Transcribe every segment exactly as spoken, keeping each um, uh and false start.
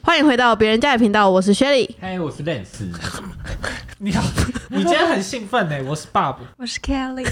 欢迎回到别人家的频道，我是 Shelly。 嗨，我是 Lance。 你好，你今天很兴奋欸，我是 Bob， 我是 Kelly。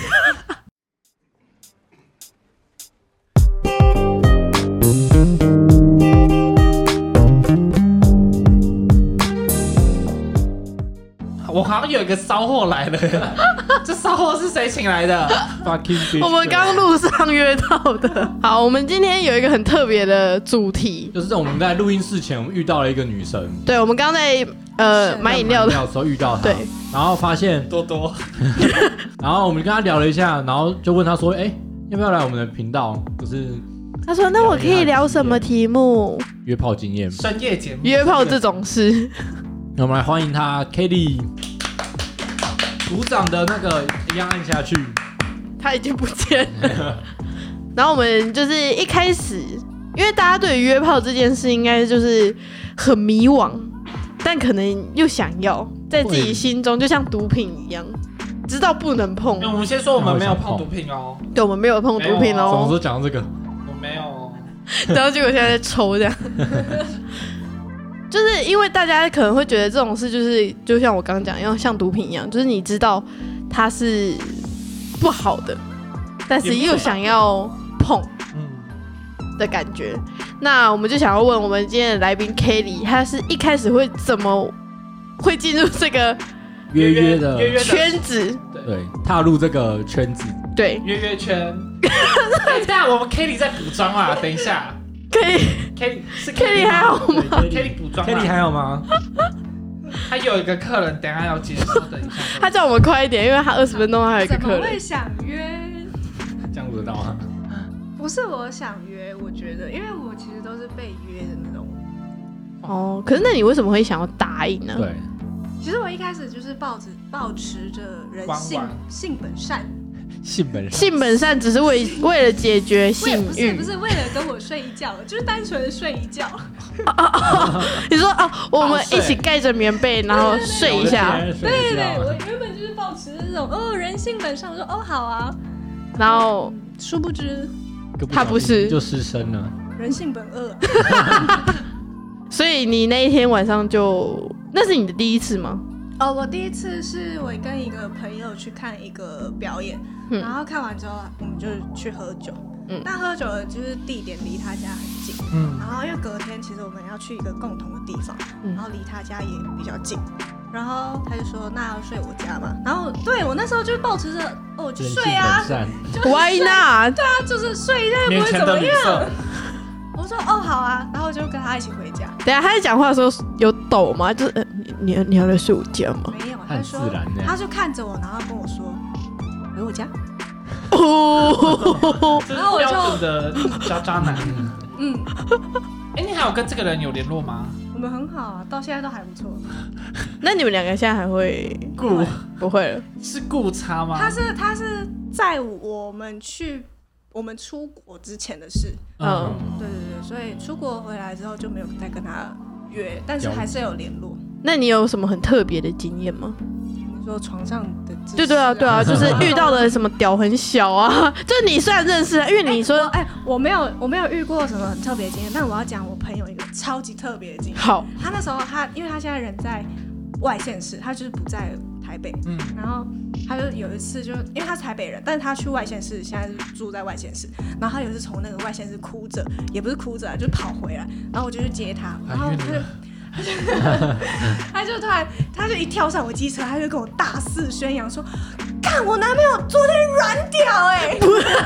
我好像有一个骚货来了，这骚货是谁请来的？ 我们刚路上约到的。好，我们今天有一个很特别的主题， 就是我们在录音室前，我们遇到了一个女生。 对，我们刚在呃买饮料的时候遇到她， 对， 然后发现多多， 然后我们跟她聊了一下，然后就问她说：“哎、欸，要不要来我们的频道？”就是她说：“那我可以聊什么题目？” 约炮经验， 深夜节目， 约炮这种事。 我们来欢迎她 Kelly。鼓掌的那个一样按下去， 他已经不见了。然后我们就是一开始，因为大家对于约炮这件事应该就是很迷惘，但可能又想要，在自己心中就像毒品一样，知道不能碰。 我们先说我们没有碰毒品哦， 对，我们没有碰毒品哦。 什么时候讲到这个？ 我没有。 然后结果现在在抽这样。就是因为大家可能会觉得这种事就是就像我刚刚讲一样，像毒品一样，就是你知道它是不好的，但是又想要碰的感觉。那我们就想要问我们今天的来宾 Kelly， 他是一开始会怎么会进入这个约约的圈子？ 对，踏入这个圈子， 对， 约约圈。等一下，我们 Kelly 在补妆啊，等一下。 可以 ，Kelly 是 Kelly 还好吗 ？Kelly 补妆 ，Kelly 还好吗？ 他有一个客人，等一下要结束，等一下。 他叫我们快一点，因为他二十分钟还有一个客人。 怎么会想约？ 这样子得到啊？ 不是我想约，我觉得，因为我其实都是被约的那种。 哦，可是那你为什么会想要答应呢？ 对， 其实我一开始就是抱着抱持着人性性本善。 性本善， 性本善只是为为了解决性欲， 不是不是为了跟我睡一觉，就是单纯的睡一觉。 哦哦、你说哦，我们一起盖着棉被，然后睡一下。 对对对，我原本就是抱持这种哦人性本善，我说哦好啊， 然后、嗯、 殊不知他不是就失身了， 人性本恶。 所以你那一天晚上就那是你的第一次吗？ 哦，我第一次是我跟一个朋友去看一个表演，嗯、然后看完之后我们就去喝酒。嗯，但喝酒的就是地点离他家很近，嗯，然后因为隔天其实我们要去一个共同的地方，嗯、然后离他家也比较近，然后他就说那要睡我家嘛，然后对我那时候就抱持着哦就睡啊， 就 Why not？ 对啊，就是睡一下又不会怎么样。我说哦好啊，然后我就跟他一起回家。 等一下他在讲话的时候有抖吗？就是、呃、你你要来睡我家吗？ 没有，他说他就看着我，然后跟我说回我家。 哦，然后我就标准的渣渣男。嗯，哎，你还有跟这个人有联络吗？ 我们很好啊，到现在都还不错。 那你们两个现在还会顾？ 不会了， 是顾差吗？ 他是他是在我们去我们出国之前的事。 嗯， 对对对，所以出国回来之后就没有再跟他约，但是还是有联络。 那你有什么很特别的经验吗？ 说床上的姿势、啊， 对对啊对啊，就是遇到的什么屌很小啊，就是你虽然认识，因为你说哎、欸，我没有我没有遇过什么很特别的经验，但我要讲我朋友一个超级特别的经验。 好， 他那时候他因为他现在人在外县市，他就是不在台北，嗯，然后他就有一次就因为他是台北人，但是他去外县市，现在是住在外县市，然后他有一次从那个外县市哭着，也不是哭着，就跑回来，然后我就去接他，然后他就。他就, 他就突然，他就一跳上我机车，他就跟我大肆宣扬说：“干，我男朋友昨天软屌哎、欸！”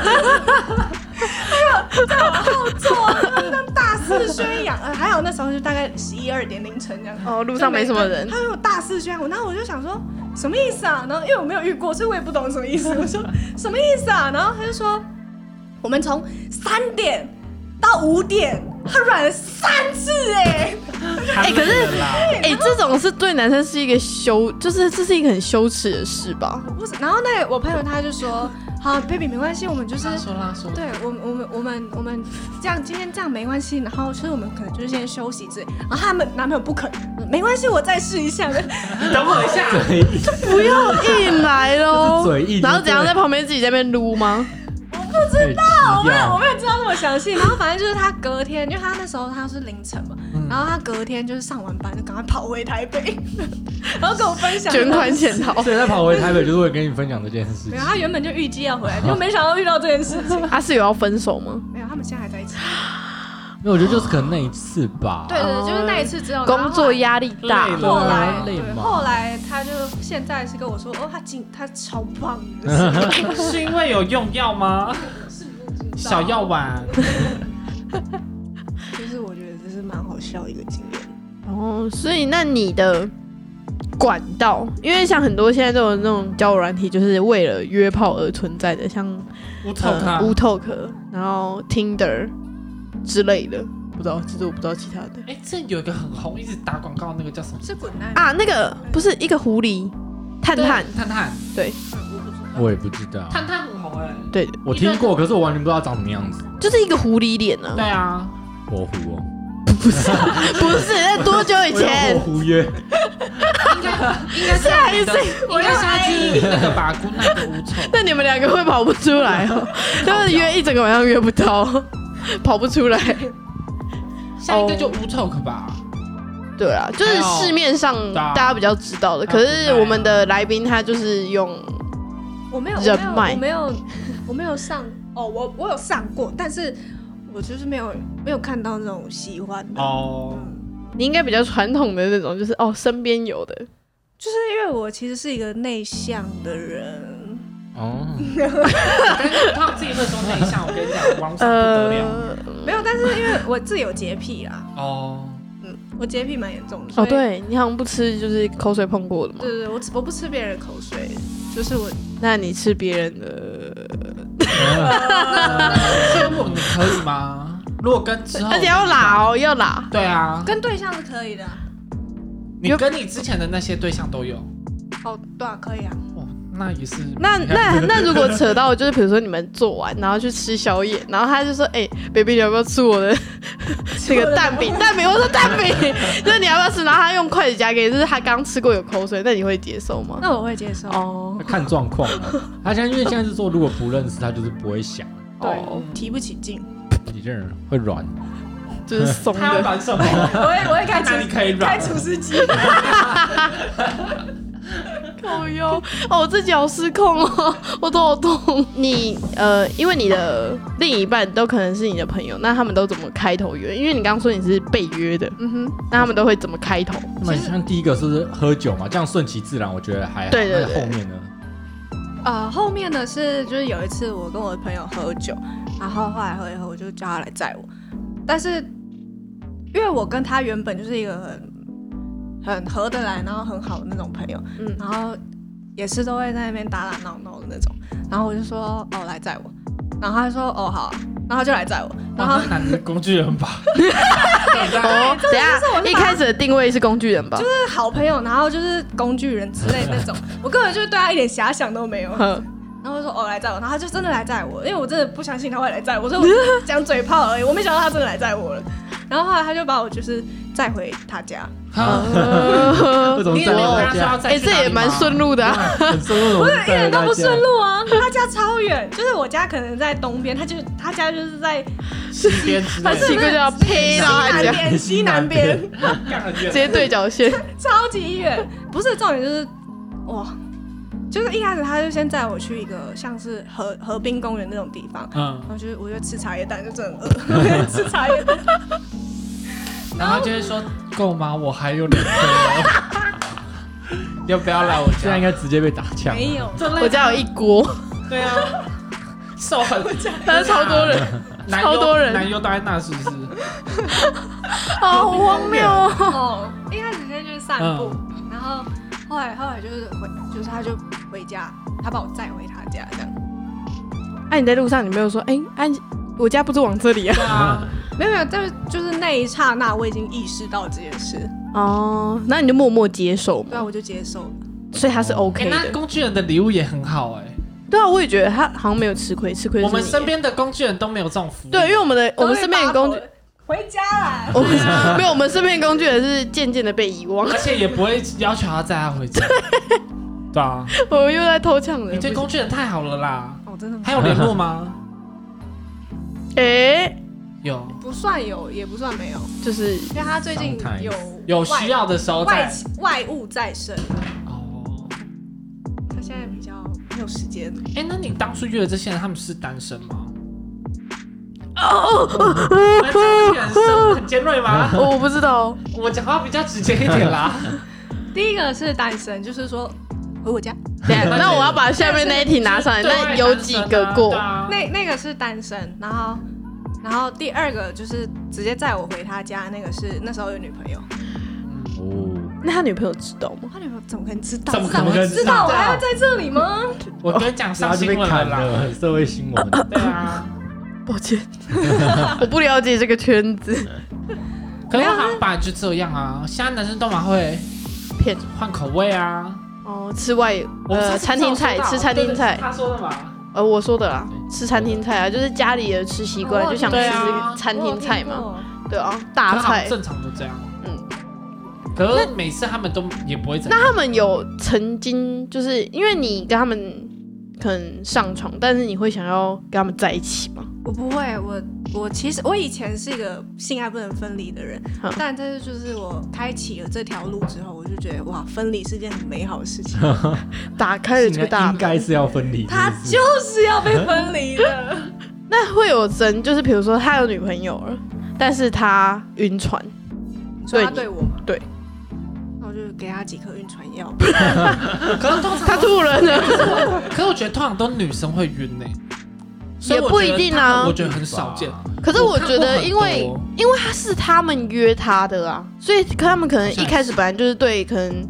他就在我后座，他就这样大肆宣扬。呃，还好那时候就大概十一二点凌晨这样。 哦，路上没什么人。 他就我大肆宣扬，然后我就想说什么意思啊？然后因为我没有遇过，所以我也不懂什么意思。我说什么意思啊？然后他就说，我们从三点到五点。他软了三次哎、欸， 哎、欸，可是哎、欸，这种是对男生是一个羞，就是这是一个很羞耻的事吧？ 不是，然后那个我朋友他就说，好 ，baby 没关系，我们就是说啦说， 对我我们我们我们这样今天这样没关系，然后其实我们可能就是先休息之类，然后他们男朋友不肯，没关系，我再试一下。 等我一下， 不要硬来喽， 嘴硬， 然后怎样在旁边自己在那边撸吗？ 不知道，我没有我没有知道那么详细。然后反正就是他隔天，因为他那时候他是凌晨嘛，嗯、然然后他隔天就是上完班就赶快跑回台北，然后跟我分享卷款潜逃。 所以他跑回台北就是会跟你分享这件事情。 没有，他原本就预计要回来，就没想到遇到这件事情。 他是有要分手吗？ 没有，他们现在还在一起。 没有，我觉得就是可能那一次吧。 对对，就是那一次之后， 工作压力大， 后来累对， 嘛。 后来他就现在是跟我说，哦，他进他超胖的， 是因为有用药吗？小药丸。 就是我觉得这是蛮好笑一个经验。 哦，所以那你的管道，因为像很多现在都有那种交友软体，就是为了约炮而存在的，像无 talk 无 talk，然后 Tinder 之类的，不知道，其实我不知道其他的。 哎，这有一个很红，一直打广告，那个叫什么？ 是滚蛋啊，那个不是一个狐狸，探探， 探探， 对， 我也不知道。 探探很红哎。 对， 我听过，可是我完全不知道长什么样子。 就是一个狐狸脸呢。 对啊， 火狐哦， 不是，不是，那多久以前？ 火狐约。 应该应该是你的，应该是那个吧，姑那个无丑。 那你们两个会跑不出来哦，就是约一整个晚上约不到，跑不出来。 下一个就无 talk 吧。 对啊，就是市面上大家比较知道的，可是我们的来宾他就是用我没有人脉， 我没有我没有上哦，我我有上过，但是我就是没有没有看到那种喜欢的哦。 你应该比较传统的那种，就是哦身边有的， 就是因为我其实是一个内向的人。 哦， 他自己会说内向，我跟你讲，网上不得了。 呃、 没有，但是因为我自己有洁癖啦。 哦， 嗯，我洁癖蛮严重的。 哦，对你好像不吃就是口水碰过的嘛。 对对对，我我不吃别人的口水，就是我。 那你吃别人的？ 吃我你可以吗？如果跟之后， 而且要拉哦，要拉。 对啊， 跟对象是可以的。 你跟你之前的那些对象都有。 哦，对啊，可以啊。 哦，那也是。 那那那如果扯到就是比如说你们做完然后去吃宵夜，然后他就说，哎、欸、，baby 你要不要吃我的这个蛋饼？蛋饼，我说蛋饼，就是你要不要吃？然后他用筷子夹给你，就是他刚吃过有口水，那你会接受吗？ 那我会接受哦， 看状况啊。他现在因为现在是说，如果不认识他，就是不会想。 对， 哦、 提不起劲， 你这人会软， 就是松的。 他要软什么？ 我会我会开哪里可以软？ 开除湿机。 靠腰哦，我自己好失控哦，我头好痛。你呃，因为你的另一半都可能是你的朋友，那他们都怎么开头约？因为你刚刚说你是被约的，嗯哼，那他们都会怎么开头？ 那像第一个是喝酒嘛，这样顺其自然，我觉得还好。 对对对。 那后面呢？ 呃，后面的是就是有一次我跟我的朋友喝酒，然后后来喝一喝，我就叫他来载我，但是因为我跟他原本就是一个很。很合得来，然后很好的那种朋友，嗯，然后也是都会在那边打打闹闹的那种，然后我就说哦来载我，然后他就说哦好、啊，然后就来载我，然后男的工具人吧？ 哦，等一下，一开始的定位是工具人吧？ 就是好朋友，然后就是工具人之类那种，我根本就对他一点遐想都没有。然后就说哦来载我，然后他就真的来载我，因为我真的不相信他会来载我，所以我讲嘴炮而已，我没想到他真的来载我了。然后后来他就把我就是载回他家。 为什么载回他家？ 哎，这也蛮顺路的啊， 很顺路， 不是一点都不顺路啊，他家超远，就是我家可能在东边，他就他家就是在西边之类的， 西边就要呸到他家， 西南边， 直接对角线， 超级远。不是重点就是哇。就是一开始他就先载我去一个像是河河滨公园那种地方，嗯，然后就是我就吃茶叶蛋，就真的很饿，吃茶叶蛋， 然后就会说够吗？我还有两颗，要不要来我家？ 现在应该直接被打枪。 没有， 我家有一锅。 对啊，手很， 但是超多人，超多人， 男优都在那是不是？ 好荒谬哦！一开始先去散步，然后。后来后来就是回，就是他就回家，他把我载回他家这样。 哎、啊，你在路上你没有说，哎、欸，哎、啊，我家不是往这里啊？ 啊没有没有，但是就是那一刹那，我已经意识到这件事。 哦，那你就默默接受嘛？ 对啊，我就接受了。 所以他是 OK 的。 欸、那工具人的礼物也很好哎、欸。 对啊，我也觉得他好像没有吃亏，吃亏是我们身边的工具人都没有这种福利。 对，因为我们的我们身边的工具。 回家啦！ 我们没有，我们身边工具人是渐渐的被遗忘， 而且也不会要求他载他回家。对啊， 我们又在偷抢人。 你对工具人太好了啦！ 哦，真的吗？ 还有联络吗？ 哎、欸， 有不算有，也不算没有， 就是因为他最近有有需要的时候外在外务在身。 哦， 他现在比较没有时间。 哎，那你当初约的这些人，他们是单身吗？ 哦， 很很尖锐吗？ 我不知道， 我讲话比较直接一点啦。 第一个是单身，就是说回我家。 对，那我要把下面那一题拿上来。那有几个过？ 那那个是单身，然后然后第二个就是直接载我回他家，那个是那时候有女朋友。 哦， 那他女朋友知道吗？ 他女朋友怎么可能知道？ 怎么可能知道？我还要在这里吗？ 我跟你讲，上新闻了啦， 很社会新闻。 对啊。 抱歉，我不了解这个圈子。 可是好像本来就这样啊，现在男生都蛮会骗换口味啊。 哦，吃外呃餐厅菜，吃餐厅菜。 他说的嘛？ 呃，我说的啦，吃餐厅菜啊，就是家里的吃习惯，就想吃餐厅菜嘛。对啊，大菜。 正常都这样。嗯。可是每次他们都也不会怎样。 那他们有曾经就是因为你跟他们可能上床，但是你会想要跟他们在一起吗？ 我不会，我我其实我以前是一个性爱不能分离的人，嗯、但这就是我开启了这条路之后，我就觉得哇，分离是件很美好的事情， 打开了这个大门， 应该是要分离， 他就是要被分离的。 那会有人就是比如说他有女朋友了，但是他晕船， 所以他对我吗？ 对。 就给他几颗晕船药， 可是通常他吐人了。 可是我觉得通常都女生会晕呢、 欸，也不一定啊。 我觉得很少见。 可是我觉得，因为因为他是他们约他的啊，所以他们可能一开始本来就是对可能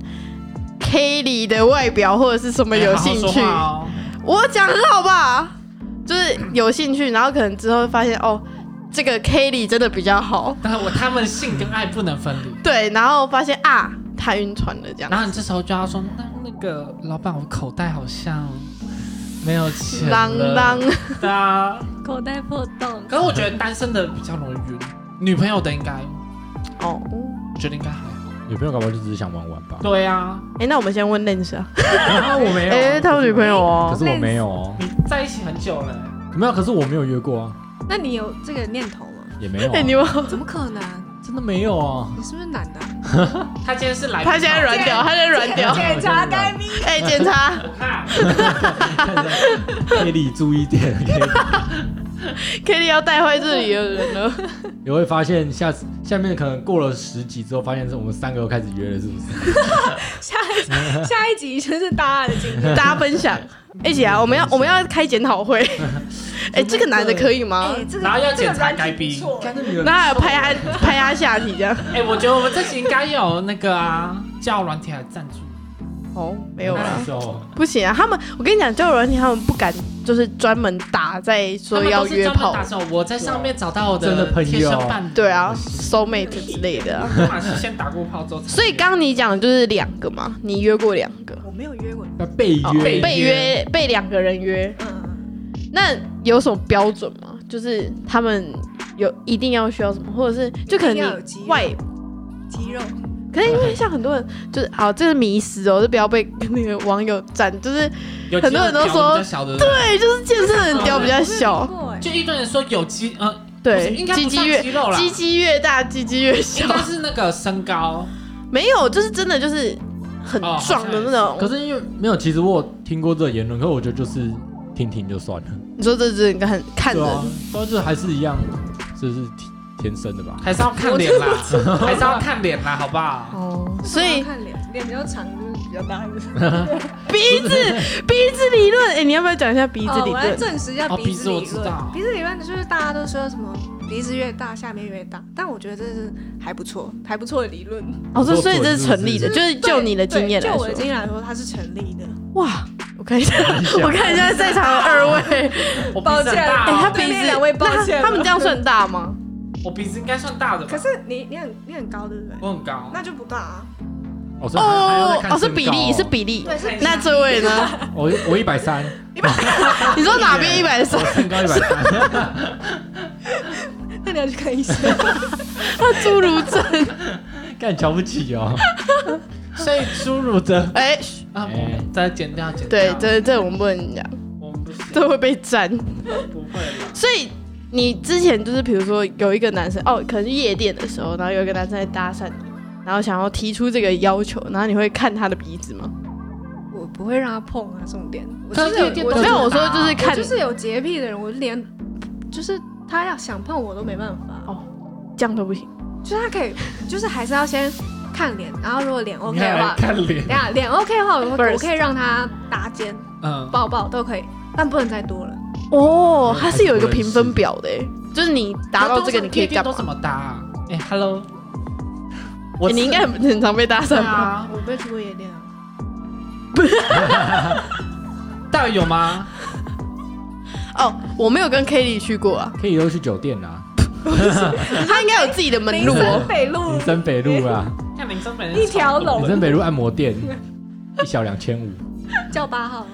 Kelly 的外表或者是什么有兴趣。欸哦、我讲很好吧，就是有兴趣，然后可能之后发现哦。这个 Kelly 真的比较好， 但是我他们性跟爱不能分离。 对，然后发现啊，他晕船了这样。 然后你这时候就要说，那那个老板，我口袋好像没有钱了。 啷啷。 对啊， 口袋破洞。 可是我觉得单身的比较容易晕，女朋友的应该，哦，觉得应该还好。 女朋友搞不好就只是想玩玩吧。 对啊。 哎、欸，那我们先问 Lens 啊。 啊，我没有。 哎、欸，他有女朋友哦。 可是我没有哦。 你在一起很久了。 没有，可是我没有约过啊。 那你有这个念头吗？ 也没有、啊。 哎、欸，你有？ 怎么可能？ 真的没有啊！ 你是不是男的、啊？ 他今天是来， 他现在软屌，他现在软屌。 检查该逼。 哎，检查。 Kelly 注意点 ，Kelly 要带坏这里的人了。 你会发现下次下面可能过了十集之后，发现是我们三个又开始约了，是不是？ 下一下一集就是大家的经验， 大家分享。一起啊！我们要我们要开检讨会。哎、欸，这个男的可以吗？ 欸这个、 然后要检查该逼， 然后还有拍他拍他下体这样。 哎、欸，我觉得我们这集应该有那个啊，交友软体来赞助。 哦，没有啦， 哦、 不行啊！他们，我跟你讲，交友软体他们不敢，就是专门打在说要约炮。 我在上面找到我的贴身伴侣， 对啊 ，soulmate 之类的、啊。 马是先打过炮之后。 所以刚刚你讲的就是两个嘛，你约过两个？ 我没有约过。 被约、哦、 被约被两个人约。嗯。那有什么标准吗？就是他们有一定要需要什么，或者是就可能你外肌肉。 可是因为像很多人就是好，这是迷思哦，就不要被那个网友赞，就是很多人都说，对，就是健身人屌比较小， 就一堆人说有肌呃， 对， 鸡鸡越鸡鸡越大，鸡鸡越小， 应该是那个身高， 没有，就是真的就是很壮的那种。 哦、可是因为没有，其实我有听过这个言论，可是我觉得就是听听就算了。 你说这是应该很看人， 但是还是一样，这是天生的吧？ 还是要看脸啦，还是要看脸啦，好不好？ 哦，所以看脸，脸比较长就是比较大。 鼻子，鼻子理论，哎、欸，你要不要讲一下鼻子理论？ 哦、我来证实一下鼻子理论。 哦、鼻子我知道， 鼻子理论就是大家都说什么鼻子越大下面越大，但我觉得这是还不错，还不错的理论。 哦，所以这是成立的，就是就你的经验来说， 就我的经验来说，它是成立的。 哇，我看一下，我看一下在场的二位， 抱歉，哎、 欸，他鼻子两位抱歉， 他们这样算大吗？ 我鼻子应该算大的吧？ 可是你你很你很高，对不对？ 我很高， 那就不大啊。 哦哦哦，是比例是比例。 对，是那这位呢？ 我我一百三。 一百，你说哪边一百三？ 身高一百三。 那你要去看医生。 他侏儒症， 干瞧不起哦。所以侏儒症， 哎啊，再剪掉剪掉。 对，这这我们不能讲， 我们不行， 这会被占。 不会啦。 所以你之前就是比如说有一个男生哦，可能是夜店的时候，然后有一个男生在搭讪你，然后想要提出这个要求，然后你会看他的鼻子吗？ 我不会让他碰啊，重点。我可就是是有我没有，我说就是看， 我就是有洁癖的人，我连就是他要想碰我都没办法哦，这样都不行。 就是他可以，就是还是要先看脸，然后如果脸 OK 的话， 看脸， 等下脸 OK 的话，我我可以让他搭肩、 嗯， 抱抱都可以，但不能再多了。 哦，它是有一个评分表的，就是你达到这个你可以干嘛？ 都怎么搭啊？哎 ，Hello， 我你应该很很常被搭讪吧？ 我没去过夜店啊。 到底有吗？ 哦，我没有跟 Kelly 去过啊。 Kelly 都去酒店啦。 他应该有自己的门路哦。 北路， 林森北路啊， 看林森北一条龙， 林森北路按摩店，一小两千五， 叫八号。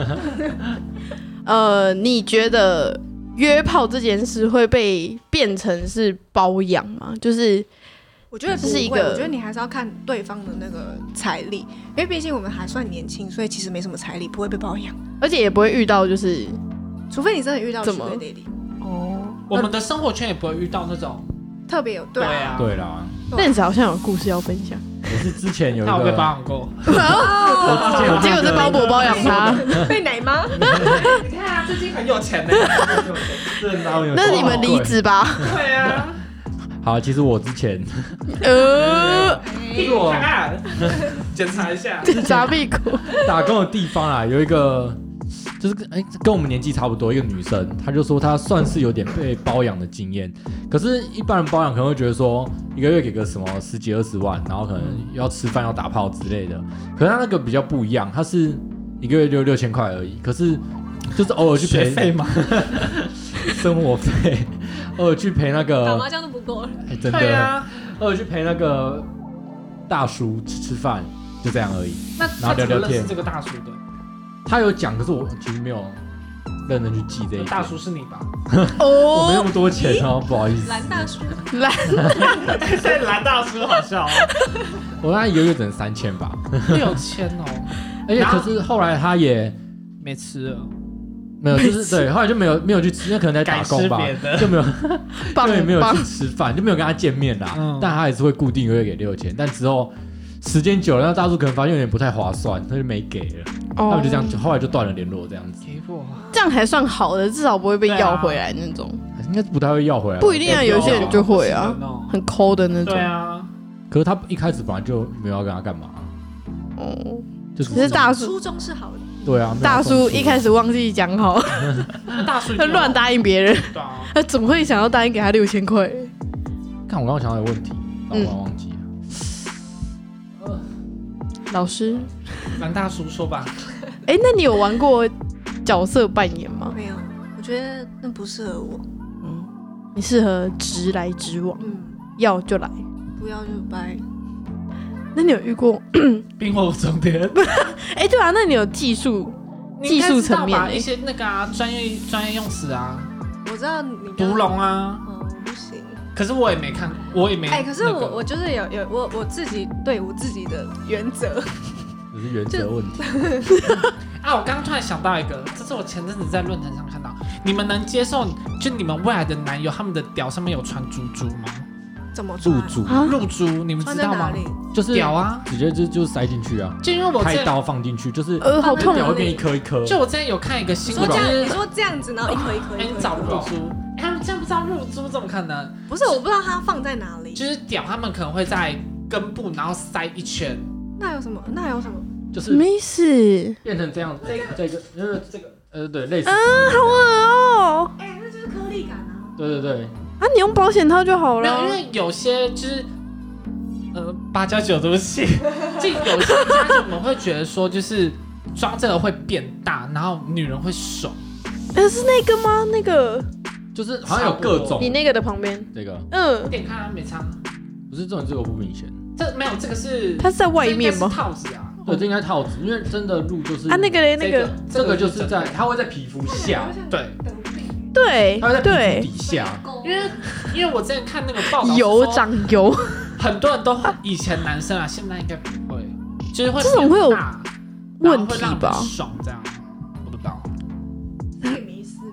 呃，你觉得约炮这件事会被变成是包养吗？就是我觉得这是一个， 我觉得你还是要看对方的那个财力，因为毕竟我们还算年轻，所以其实没什么财力，不会被包养， 而且也不会遇到就是， 除非你真的遇到 Sugar Daddy。 哦， 我们的生活圈也不会遇到那种特别有对啊， 对啦。 那子好像有故事要分享。 我是之前有一个， 他有被包养过， 我之前有结果是包伯包养他， 被奶妈。 你看啊，最近很有钱呢， 那你们离职吧。 对啊。 好，其实我之前， 呃， 屁股看看，检查一下， 检查屁股。 打工的地方啊，有一个就是跟哎跟我们年纪差不多一个女生，她就说她算是有点被包养的经验。可是，一般人包养可能会觉得说一个月给个什么十几二十万，然后可能要吃饭要打炮之类的。可是她那个比较不一样，她是一个月就六千块而已。可是就是偶尔去陪学费吗？ 生活费，偶尔去陪那个打麻将都不够了。 哎，真的， 对啊， 偶尔去陪那个大叔吃吃饭，就这样而已。 那然后聊聊天。 这个大叔的， 他有讲，可是我其实没有认真去记这一点。 大叔是你吧？ 我没那么多钱哦，不好意思。 蓝大叔， 蓝， 对，蓝大叔好笑。 我那一个月只能三千吧， 六千哦。 而且可是后来他也没吃了。 没有，就是对，后来就没有没有去吃，因为可能在打工吧，就没有，就也没有去吃饭，就没有跟他见面啦。嗯、但他还是会固定一个月给六千，但之后时间久了，那大叔可能发现有点不太划算，他就没给了。哦、他们就这样，后来就断了联络，这样子。 这样还算好的，至少不会被要回来那种。 啊、应该不太会要回来。 不一定啊，有些人就会啊，很抠的那种。 对啊。 可是他一开始本来就没有要跟他干嘛。 哦， 就是其实大叔初衷是好的。 对啊， 大叔一开始忘记讲好， 大叔他乱答应别人，他怎么会想要答应给他六千块？ 看我刚刚想到的问题，但我忘记了。 老师， 蓝大叔说吧。 哎，那你有玩过角色扮演吗？ 没有，我觉得那不适合我。 嗯，你适合直来直往，嗯，要就来， 不要就掰。 那你有遇过冰火中天？ 哎，对啊，那你有技术技术层面一些那个啊专业专业用词啊？ 我知道你毒龙啊， 哦不行。 可是我也没看，我也没。 哎，可是我我就是有有我我自己对我自己的原则， 只是原则问题。 啊，我刚刚突然想到一个，这是我前阵子在论坛上看到，你们能接受就你们未来的男友他们的屌上面有穿珠珠吗？ 怎么入珠？ 入珠，你们知道吗？ 就是屌啊， 直接就就塞进去啊， 就因为我开刀放进去，就是呃好痛， 屌会变一颗一颗。 就我之前有看一个新闻， 你说这样子，然后一颗一颗， 哎，你找入珠，他们这样不知道入珠怎么可能？ 不是，我不知道它放在哪里。 就是屌，他们可能会在根部，然后塞一圈。 那有什么？那有什么？ 就是没事， 变成这样，这个这个，因为这个呃对类似。 啊，好恶哦！ 哎，那就是颗粒感啊。 对对对。 啊，你用保险套就好了。 没有，因为有些就是，呃，八加九，对不起，就有些家长们会觉得说，就是装这个会变大，然后女人会爽。 呃，是那个吗？那个就是好像有各种。 你那个的旁边， 这个， 嗯， 点开它没差。 不是这种，这个不明显。 这没有，这个是它是在外面吗？ 套子啊。 对，这应该套子，因为真的入就是啊，那个嘞，那个这个就是在，它会在皮肤下， 对。 对， 它会在皮肤底下， 因为因为我之前看那个报道， 油长油， 很多人都以前男生啊，现在应该不会，就是会这种会有问题吧？ 爽这样，我不知道， 太迷思吧？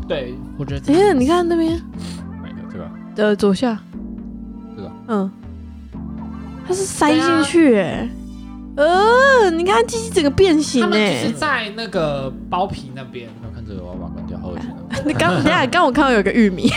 对，我觉得。 哎、欸，你看那边， 哪个这个？ 呃，左下， 这个， 嗯，它是塞进去、欸，哎、呃，你看机器整个变形、欸， 他们就是在那个包皮那边。 要看这个，我要把它关掉，好恶心啊！ 你刚等下刚我看到有个玉米，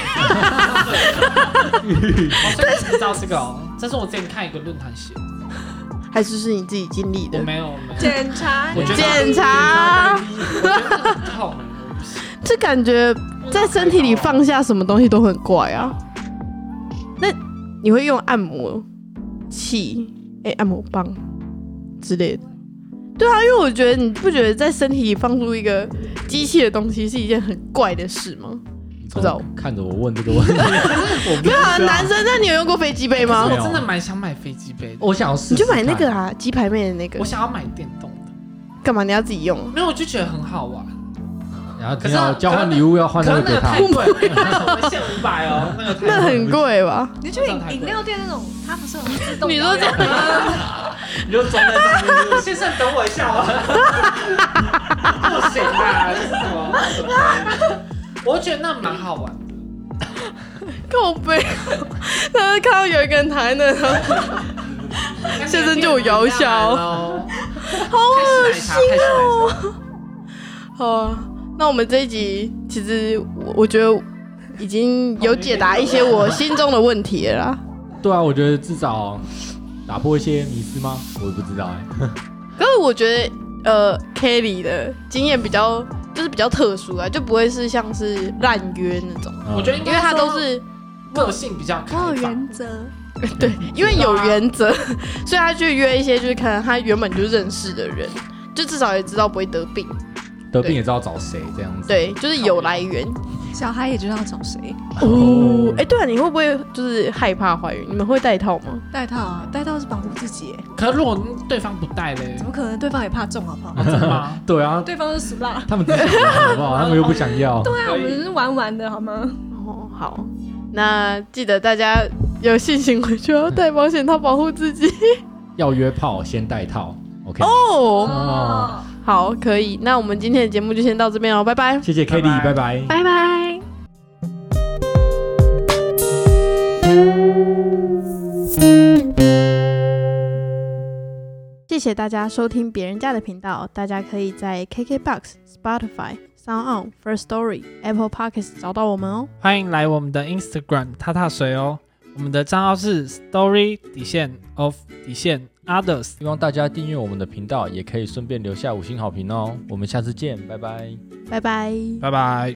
玉米，哦，所以你知道这个哦？这是我之前看一个论坛写的。 还是是你自己经历的？ 我没有，没有检查， 我觉得检查， 我觉得很痛，我不行。 这感觉在身体里放下什么东西都很怪啊。那你会用按摩器、哎、欸，按摩棒之类的？对啊，因为我觉得你不觉得在身体里放入一个机器的东西是一件很怪的事吗？不知道， 看着我问这个问题，我不没有啊，男生，那你有用过飞机杯吗？ 我真的蛮想买飞机杯的， 我想要试， 你就买那个啊，鸡排妹的那个。 我想要买电动的， 干嘛？你要自己用？ 没有，我就觉得很好玩。 然后听到交换礼物要换那个给他， 太贵，我们限五百哦，那个太那很贵吧？ 你就饮饮料店那种，它不是有自动？ 你说这样， 你就装在上面。先生，等我一下哦。不行啊，是什么？我觉得那蛮好玩的。 靠背，他看到有一个人躺在那，先生就有摇小，好恶心哦。好啊，那我们这一集其实我我觉得已经有解答一些我心中的问题了啦。 对啊，我觉得至少打破一些迷思吗？我也不知道哎、欸。 可是我觉得呃 Kelly 的经验比较就是比较特殊啊，就不会是像是滥约那种。 嗯、 我觉得应该因为他都是个性比较开放， 有原则。 对，因为有原则，所以他去约一些就是可能他原本就认识的人，就至少也知道不会得病。 得病也知道找谁这样子。 对，就是有来源。 小孩也知道找谁。 哦，哎、欸，对啊，你会不会就是害怕怀孕？你们会戴套吗？ 戴套啊，戴套是保护自己。 可是如果对方不戴嘞， 怎么可能？对方也怕中，好不好？ 真的吗？ 对啊， 对方是死辣。 他们只想好不好？他们又不想要。 对啊，我们是玩玩的好吗？ 哦，好，那记得大家有信心回去要戴保险套保护自己。 要约炮先戴套 ，OK？ 哦。 哦好，可以。那我们今天的节目就先到这边了，拜拜。 谢谢 Kelly， 拜拜， 拜拜。谢谢大家收听别人家的频道，大家可以在 K K B O X、Spotify、Sound On、First Story、Apple Podcasts 找到我们哦。 欢迎来我们的 Instagram 踏踏水哦，我们的账号是 Story 底线 of 底线。Others， 希望大家订阅我们的频道，也可以顺便留下五星好评哦。我们下次见，拜拜， 拜拜， 拜拜。